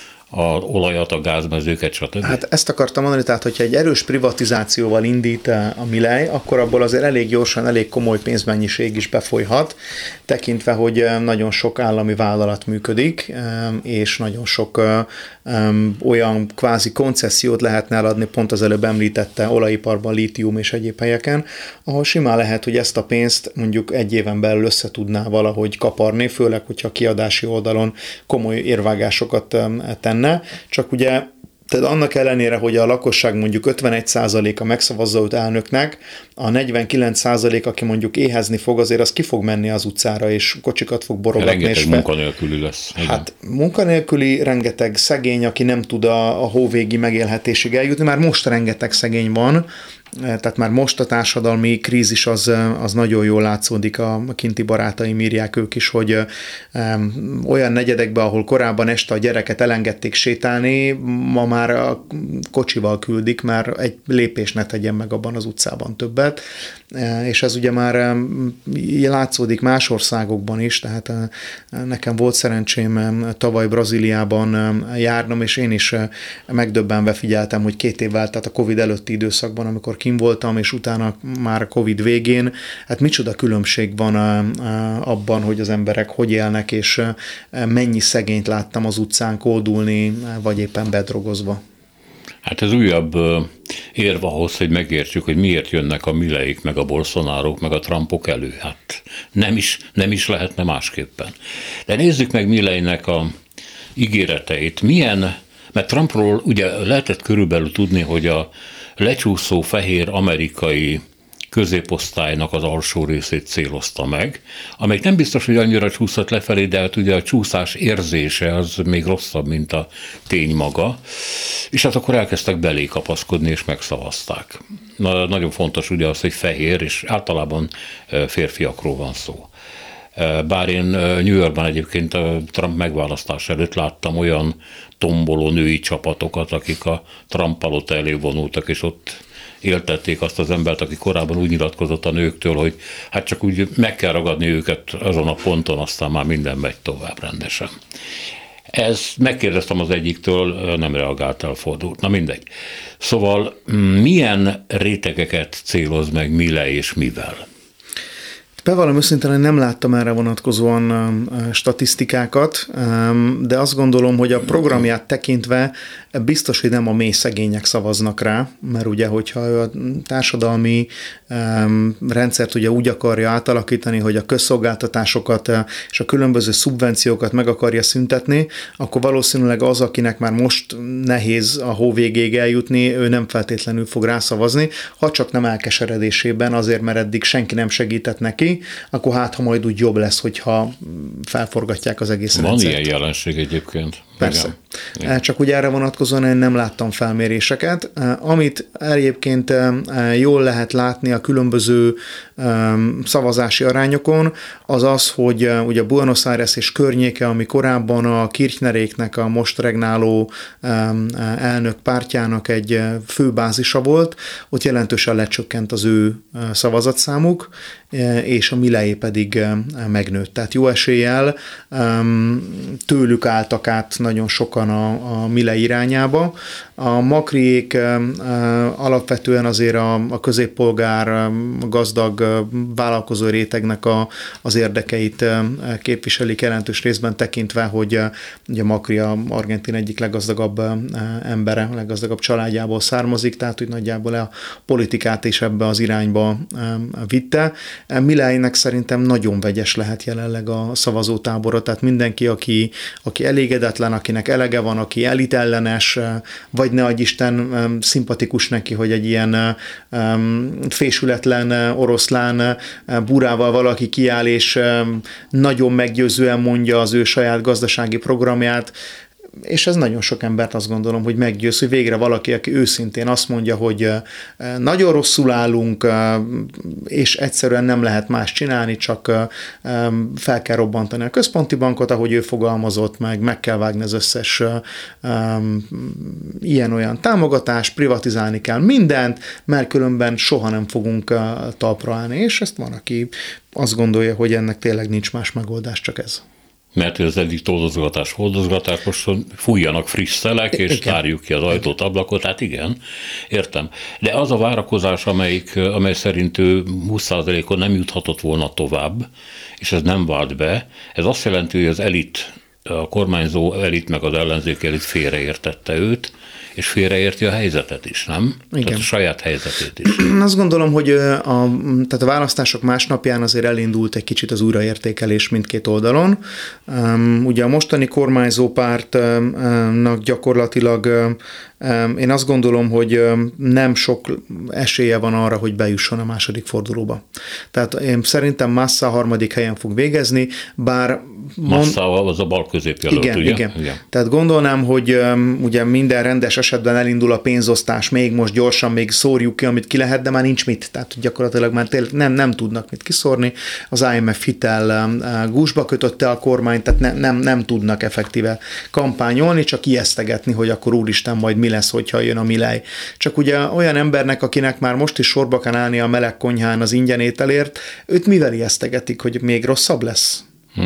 olajat, a gázmezőket, stb. Hát ezt akartam mondani, tehát hogyha egy erős privatizációval indít a Milej, akkor abból azért elég gyorsan, elég komoly pénzmennyiség is befolyhat, tekintve, hogy nagyon sok állami vállalat működik, és nagyon sok olyan kvázi koncesziót lehetne eladni, pont az előbb említette olajiparban, lítium és egyéb helyeken, ahol simán lehet, hogy ezt a pénzt mondjuk egy éven belül össze tudná valahogy kaparni, főleg, hogyha a kiadási oldalon komoly érvágásokat tenne, csak ugye tehát annak ellenére, hogy a lakosság mondjuk 51%-a megszavazza őt elnöknek, a 49%, aki mondjuk éhezni fog, azért az ki fog menni az utcára, és kocsikat fog borogatni. Rengeteg munkanélküli lesz. Hát munkanélküli, rengeteg szegény, aki nem tud a hóvégi megélhetésig eljutni. Már most rengeteg szegény van, tehát már most a társadalmi krízis az nagyon jól látszódik, a kinti barátaim írják ők is, hogy olyan negyedekben, ahol korábban este a gyereket elengedték sétálni, ma már a kocsival küldik, mert egy lépést ne tegyen meg abban az utcában többet, és ez ugye már látszódik más országokban is, tehát nekem volt szerencsém tavaly Brazíliában járnom, és én is megdöbbenve figyeltem, hogy 2 évvel, tehát a Covid előtti időszakban, amikor kim voltam, és utána már a Covid végén, hát micsoda különbség van abban, hogy az emberek hogy élnek, és mennyi szegényt láttam az utcán kódulni, vagy éppen bedrogozva. Hát ez újabb érv ahhoz, hogy megértsük, hogy miért jönnek a Milejik, meg a Bolsonárok, meg a Trumpok elő. Hát nem is lehetne másképpen. De nézzük meg Milejnek a ígéreteit. Mert Trumpról ugye lehetett körülbelül tudni, hogy a lecsúszó fehér amerikai középosztálynak az alsó részét célozta meg, amelyik nem biztos, hogy annyira csúszott lefelé, de hát ugye a csúszás érzése az még rosszabb, mint a tény maga, és hát akkor elkezdtek belé kapaszkodni, és megszavazták. Nagyon fontos ugye az, hogy fehér, és általában férfiakról van szó. Bár én New Yorkban egyébként a Trump megválasztás előtt láttam olyan tomboló női csapatokat, akik a Trump palota elé vonultak, és ott éltették azt az embert, aki korábban úgy nyilatkozott a nőktől, hogy hát csak úgy meg kell ragadni őket azon a ponton, aztán már minden megy tovább rendesen. Ezt megkérdeztem az egyiktől, nem reagált, elfordult. Na mindegy. Szóval milyen rétegeket céloz meg Milei és mivel? Bevallom őszintén, hogy nem láttam erre vonatkozóan statisztikákat, de azt gondolom, hogy a programját tekintve biztos, hogy nem a mély szegények szavaznak rá, mert ugye, hogyha ő a társadalmi rendszert ugye úgy akarja átalakítani, hogy a közszolgáltatásokat és a különböző szubvenciókat meg akarja szüntetni, akkor valószínűleg az, akinek már most nehéz a hó végéig eljutni, ő nem feltétlenül fog rászavazni, ha csak nem elkeseredésében, azért, mert eddig senki nem segített neki, akkor hát, ha majd úgy jobb lesz, hogyha felforgatják az egész rendszert. Van ilyen jelenség egyébként. Persze. Igen. Csak úgy erre vonatkozóan én nem láttam felméréseket. Amit egyébként jól lehet látni a különböző szavazási arányokon, az az, hogy ugye Buenos Aires és környéke, ami korábban a Kirchneréknek, a most regnáló elnök pártjának egy főbázisa volt, ott jelentősen lecsökkent az ő szavazatszámuk, és a Milei pedig megnőtt. Tehát jó eséllyel tőlük álltak át nagyon sokan a Milei irányába. A Macriék alapvetően azért a középpolgár, gazdag vállalkozó rétegnek az érdekeit képviselik jelentős részben tekintve, hogy ugye Macri a Argentin egyik leggazdagabb embere, leggazdagabb családjából származik, tehát úgy nagyjából a politikát is ebbe az irányba vitte. Mileinek szerintem nagyon vegyes lehet jelenleg a szavazótábora, tehát mindenki, aki elégedetlen, akinek elege van, aki elitellenes, vagy ne adj Isten szimpatikus neki, hogy egy ilyen fésületlen oroszlán burával valaki kiáll, és nagyon meggyőzően mondja az ő saját gazdasági programját, és ez nagyon sok embert azt gondolom, hogy meggyőz, hogy végre valaki, aki őszintén azt mondja, hogy nagyon rosszul állunk, és egyszerűen nem lehet más csinálni, csak fel kell robbantani a központi bankot, ahogy ő fogalmazott, meg kell vágni az összes ilyen-olyan támogatást, privatizálni kell mindent, mert különben soha nem fogunk talpra állni, és ezt van, aki azt gondolja, hogy ennek tényleg nincs más megoldás, csak ez. Mert ez eddig toldozgatás, most fújjanak friss szelek, és igen, tárjuk ki az ajtót, ablakot, hát igen, értem. De az a várakozás, amely szerint ő 20%-on nem juthatott volna tovább, és ez nem vált be, ez azt jelenti, hogy az elit, a kormányzó elit meg az ellenzék elit félreértette őt, és félreérti a helyzetet is, nem? Igen. Tehát a saját helyzetét is. Azt gondolom, hogy tehát a választások másnapján azért elindult egy kicsit az újraértékelés mindkét oldalon. Ugye a mostani kormányzó pártnak gyakorlatilag én azt gondolom, hogy nem sok esélye van arra, hogy bejusson a második fordulóba. Tehát én szerintem Massa a harmadik helyen fog végezni, bár... Massa az a bal középjelölt, igen, ugye? Igen. Tehát gondolnám, hogy ugye minden rendes esetben elindul a pénzosztás, még most gyorsan még szórjuk ki, amit ki lehet, de már nincs mit. Tehát gyakorlatilag már tényleg nem tudnak mit kiszórni. Az IMF hitel gúzsba kötötte a kormány, tehát nem tudnak effektíve kampányolni, csak ijesztegetni, hogy akkor úristen, majd mi lesz, hogyha jön a Milei. Csak ugye olyan embernek, akinek már most is sorba kell állni a meleg konyhán az ingyen ételért, őt mivel ijesztegetik, hogy még rosszabb lesz?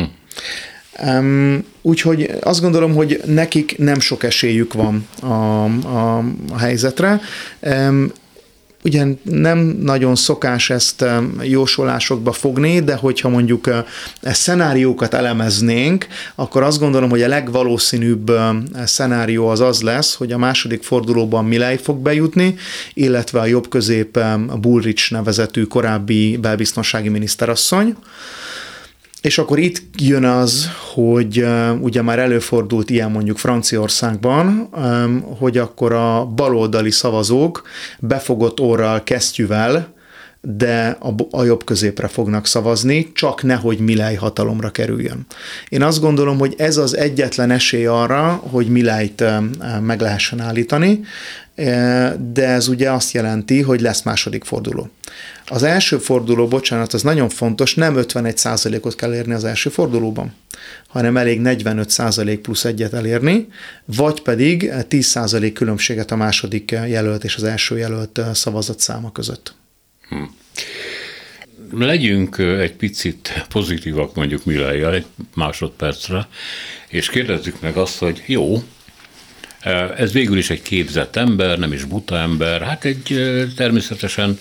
Úgyhogy azt gondolom, hogy nekik nem sok esélyük van a helyzetre. Ugye nem nagyon szokás ezt jósolásokba fogni, de hogyha mondjuk szenáriókat elemeznénk, akkor azt gondolom, hogy a legvalószínűbb szenárió az lesz, hogy a második fordulóban Milei fog bejutni, illetve a jobb-közép Bullrich nevezetű korábbi belbiztonsági miniszterasszony. És akkor itt jön az, hogy ugye már előfordult ilyen mondjuk Franciaországban, hogy akkor a baloldali szavazók befogott orral, kesztyűvel, de a jobb középre fognak szavazni, csak nehogy Milei hatalomra kerüljön. Én azt gondolom, hogy ez az egyetlen esély arra, hogy Mileit meg lehessen állítani, de ez ugye azt jelenti, hogy lesz második forduló. Az első forduló, bocsánat, az nagyon fontos, nem 51%-ot kell érni az első fordulóban, hanem elég 45% plusz egyet elérni, vagy pedig 10% különbséget a második jelölt és az első jelölt szavazatszáma között. Legyünk egy picit pozitívak mondjuk Milei-jel egy másodpercre, és kérdezzük meg azt, hogy jó, ez végül is egy képzett ember, nem is buta ember, hát egy természetesen,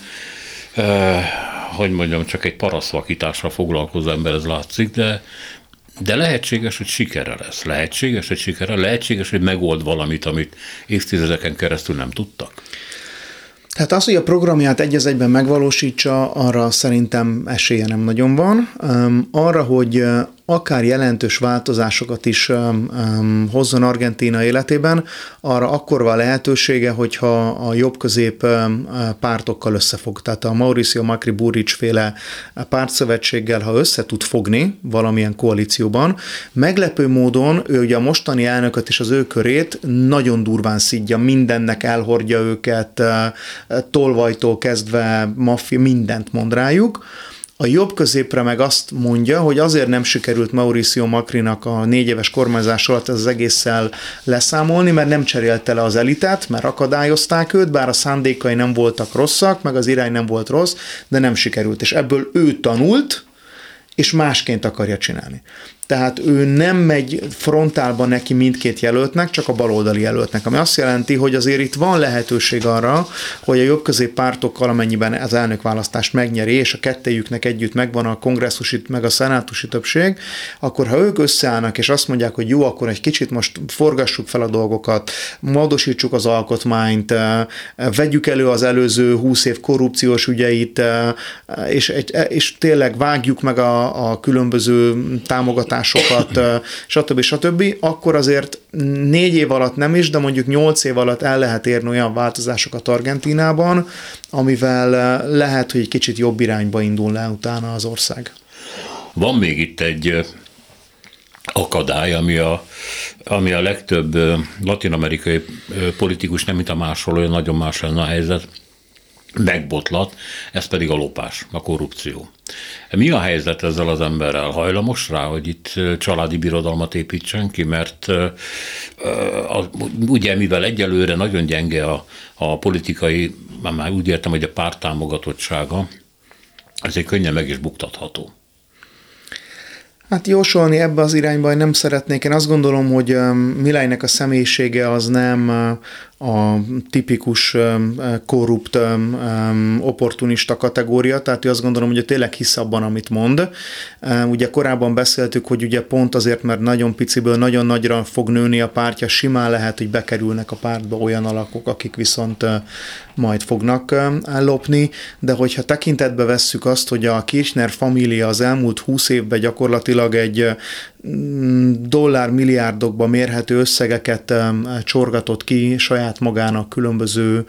hogy mondjam, csak egy parasztvakítással foglalkozó ember, ez látszik, de lehetséges, hogy sikere lesz. Lehetséges, hogy megold valamit, amit évtizedeken keresztül nem tudtak. Tehát az, hogy a programját egy az egyben megvalósítsa, arra szerintem esélye nem nagyon van. Arra, hogy akár jelentős változásokat is hozzon Argentína életében, arra akkor van lehetősége, hogyha a jobb-közép pártokkal összefog. Tehát a Mauricio Macri Bullrich féle pártszövetséggel, ha össze tud fogni valamilyen koalícióban, meglepő módon ő ugye a mostani elnököt és az ő körét nagyon durván szidja, mindennek elhordja őket, tolvajtól kezdve maffia, mindent mond rájuk. A jobb középre meg azt mondja, hogy azért nem sikerült Mauricio Macrinak a 4 éves kormányzás alatt az egésszel leszámolni, mert nem cserélte le az elitet, mert akadályozták őt, bár a szándékai nem voltak rosszak, meg az irány nem volt rossz, de nem sikerült. És ebből ő tanult, és másként akarja csinálni. Tehát ő nem megy frontálban neki mindkét jelöltnek, csak a baloldali jelöltnek, ami azt jelenti, hogy azért itt van lehetőség arra, hogy a jobb-közép pártokkal, amennyiben az elnökválasztást megnyeri, és a kettejüknek együtt megvan a kongresszusi, meg a szenátusi többség, akkor ha ők összeállnak, és azt mondják, hogy jó, akkor egy kicsit most forgassuk fel a dolgokat, módosítsuk az alkotmányt, vegyük elő az előző 20 év korrupciós ügyeit, és tényleg vágjuk meg a különböző támogatásokat, stb., akkor azért 4 év alatt nem is, de mondjuk 8 év alatt el lehet érni olyan változásokat Argentínában, amivel lehet, hogy egy kicsit jobb irányba indul le utána az ország. Van még itt egy akadály, ami a legtöbb latin-amerikai politikus, nem mint a máshol, nagyon más lenne a helyzet, megbotlat, ez pedig a lopás, a korrupció. Mi a helyzet ezzel az emberrel? Hajlamos rá, hogy itt családi birodalmat építsen ki, mert ugye mivel egyelőre nagyon gyenge a politikai, már úgy értem, hogy a párt támogatottsága, ezért könnyen meg is buktatható. Hát jósolni ebbe az irányba nem szeretnék. Én azt gondolom, hogy Mileinek a személyisége az nem a tipikus korrupt, opportunista kategória, tehát azt gondolom, hogy ő tényleg hisz abban, amit mond. Ugye korábban beszéltük, hogy ugye pont azért, mert nagyon piciből nagyon nagyra fog nőni a pártja, simán lehet, hogy bekerülnek a pártba olyan alakok, akik viszont majd fognak lopni, de hogyha tekintetbe vesszük azt, hogy a Kirchner família az elmúlt 20 évben gyakorlatilag egy dollármilliárdokba mérhető összegeket csorgatott ki saját magának különböző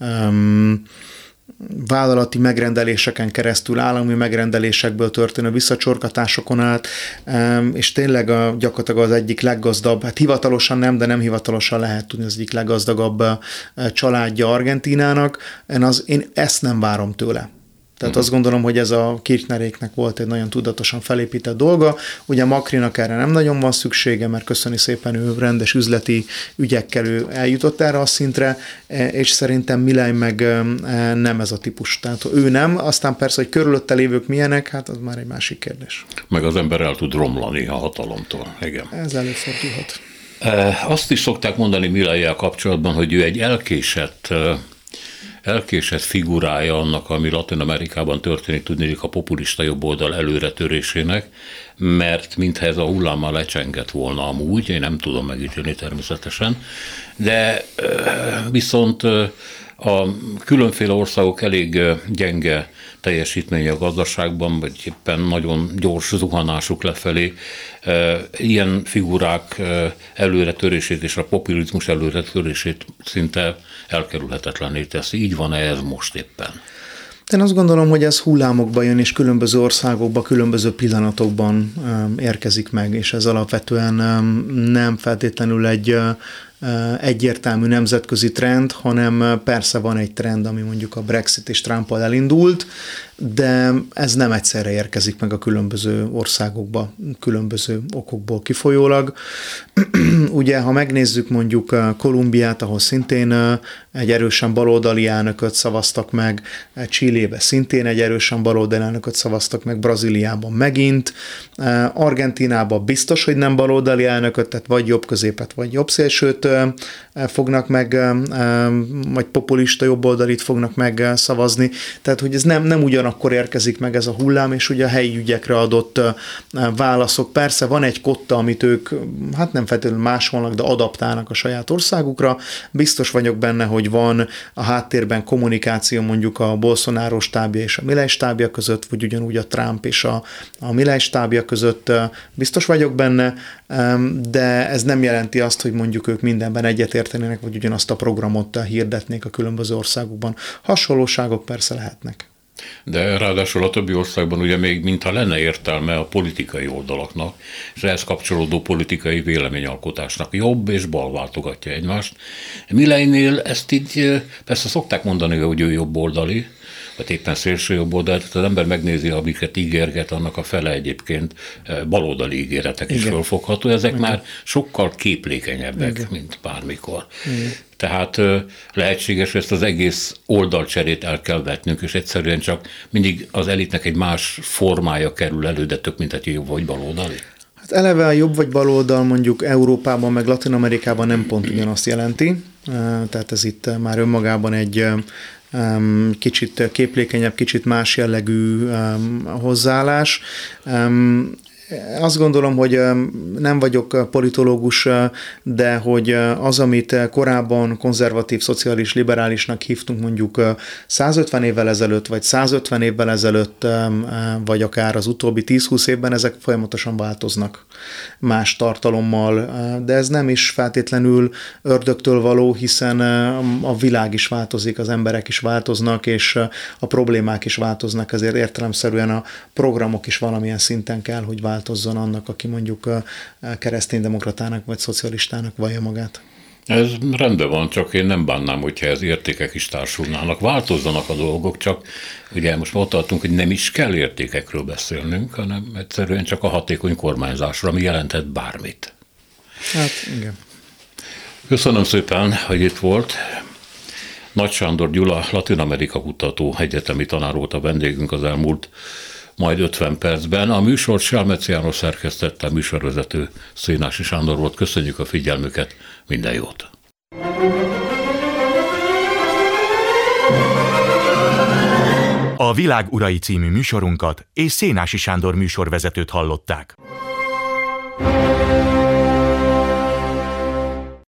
vállalati megrendeléseken keresztül, állami megrendelésekből történő visszacsorgatásokon át, és tényleg gyakorlatilag az egyik leggazdagabb, hát hivatalosan nem, de nem hivatalosan lehet tudni, az egyik leggazdagabb családja Argentínának. Én ezt nem várom tőle. Tehát azt gondolom, hogy ez a Kirchneréknek volt egy nagyon tudatosan felépített dolga. Ugye Macrinak erre nem nagyon van szüksége, mert köszöni szépen, ő rendes üzleti ügyekkel ő eljutott erre a szintre, és szerintem Milei meg nem ez a típus. Tehát ő nem, aztán persze, hogy körülötte lévők milyenek, hát az már egy másik kérdés. Meg az ember el tud romlani a hatalomtól. Igen. Ez előfordulhat. Azt is szokták mondani Mileivel kapcsolatban, hogy ő egy elkésett figurája annak, ami Latin-Amerikában történik, tudnék a populista jobboldal előretörésének, mert mintha ez a hullámmal lecsengett volna amúgy, én nem tudom megítélni természetesen, de viszont a különféle országok elég gyenge teljesítménye a gazdaságban, vagy éppen nagyon gyors zuhanásuk lefelé, ilyen figurák előretörését és a populizmus előretörését szinte elkerülhetetlenné teszi. Így van-e ez most éppen? Én azt gondolom, hogy ez hullámokban jön, és különböző országokban, különböző pillanatokban érkezik meg, és ez alapvetően nem feltétlenül egy egyértelmű nemzetközi trend, hanem persze van egy trend, ami mondjuk a Brexit és Trumpal elindult, de ez nem egyszerre érkezik meg a különböző országokba, különböző okokból kifolyólag. Ugye, ha megnézzük mondjuk Kolumbiát, ahol szintén egy erősen baloldali elnököt szavaztak meg, Chilébe szintén egy erősen baloldali elnököt szavaztak meg, Brazíliában megint, Argentínában biztos, hogy nem baloldali elnököt, tehát vagy jobb középet, vagy jobb szélsőt fognak meg, vagy populista jobboldalit fognak meg szavazni. Tehát, hogy ez nem ugyanakkor érkezik meg ez a hullám, és ugye a helyi ügyekre adott válaszok. Persze van egy kotta, amit ők hát nem feltétlenül másolnak, de adaptálnak a saját országukra. Biztos vagyok benne, hogy van a háttérben kommunikáció mondjuk a Bolsonaro stábja és a Milei stábja között, vagy ugyanúgy a Trump és a Milei stábja között. Biztos vagyok benne, de ez nem jelenti azt, hogy mondjuk ők mindenben egyetértenének, vagy ugyanazt a programot hirdetnék a különböző országokban. Hasonlóságok persze lehetnek. De ráadásul a többi országban ugye még mintha lenne értelme a politikai oldalaknak, és ehhez kapcsolódó politikai véleményalkotásnak. Jobb és bal váltogatja egymást. Mileinél ezt így persze szokták mondani, hogy ő jobboldali, vagy éppen szélső jobboldali, tehát az ember megnézi, amiket ígérget, annak a fele egyébként baloldali ígéretek is fölfogható. Ezek már sokkal képlékenyebbek, mint bármikor. Tehát lehetséges, hogy ezt az egész oldalcserét el kell vetnünk, és egyszerűen csak mindig az elitnek egy más formája kerül elő, de tök mint egy jobb vagy baloldali. Hát eleve a jobb vagy baloldal mondjuk Európában, meg Latin-Amerikában nem pont ugyanazt jelenti, tehát ez itt már önmagában egy kicsit képlékenyebb, kicsit más jellegű hozzáállás. Azt gondolom, hogy nem vagyok politológus, de hogy az, amit korábban konzervatív, szociális, liberálisnak hívtunk mondjuk 150 évvel ezelőtt, vagy 150 évvel ezelőtt, vagy akár az utóbbi 10-20 évben, ezek folyamatosan változnak más tartalommal, de ez nem is feltétlenül ördögtől való, hiszen a világ is változik, az emberek is változnak, és a problémák is változnak, ezért értelemszerűen a programok is valamilyen szinten kell, hogy változzon annak, aki mondjuk kereszténydemokratának vagy szocialistának vallja magát. Ez rendben van, csak én nem bánnám, hogyha ez értékek is társulnának. Változzanak a dolgok, csak ugye most ott tartunk, hogy nem is kell értékekről beszélnünk, hanem egyszerűen csak a hatékony kormányzásra, ami jelenthet bármit. Hát igen. Köszönöm szépen, hogy itt volt. Nagy Sándor Gyula, Latin-Amerika kutató, egyetemi tanár volt a vendégünk az elmúlt majd 50 percben. A műsor Selmeci János szerkesztette, műsorvezető Szénási Sándor volt. Köszönjük a figyelmüket, minden jót! A Világ urai című műsorunkat és Szénási Sándor műsorvezetőt hallották.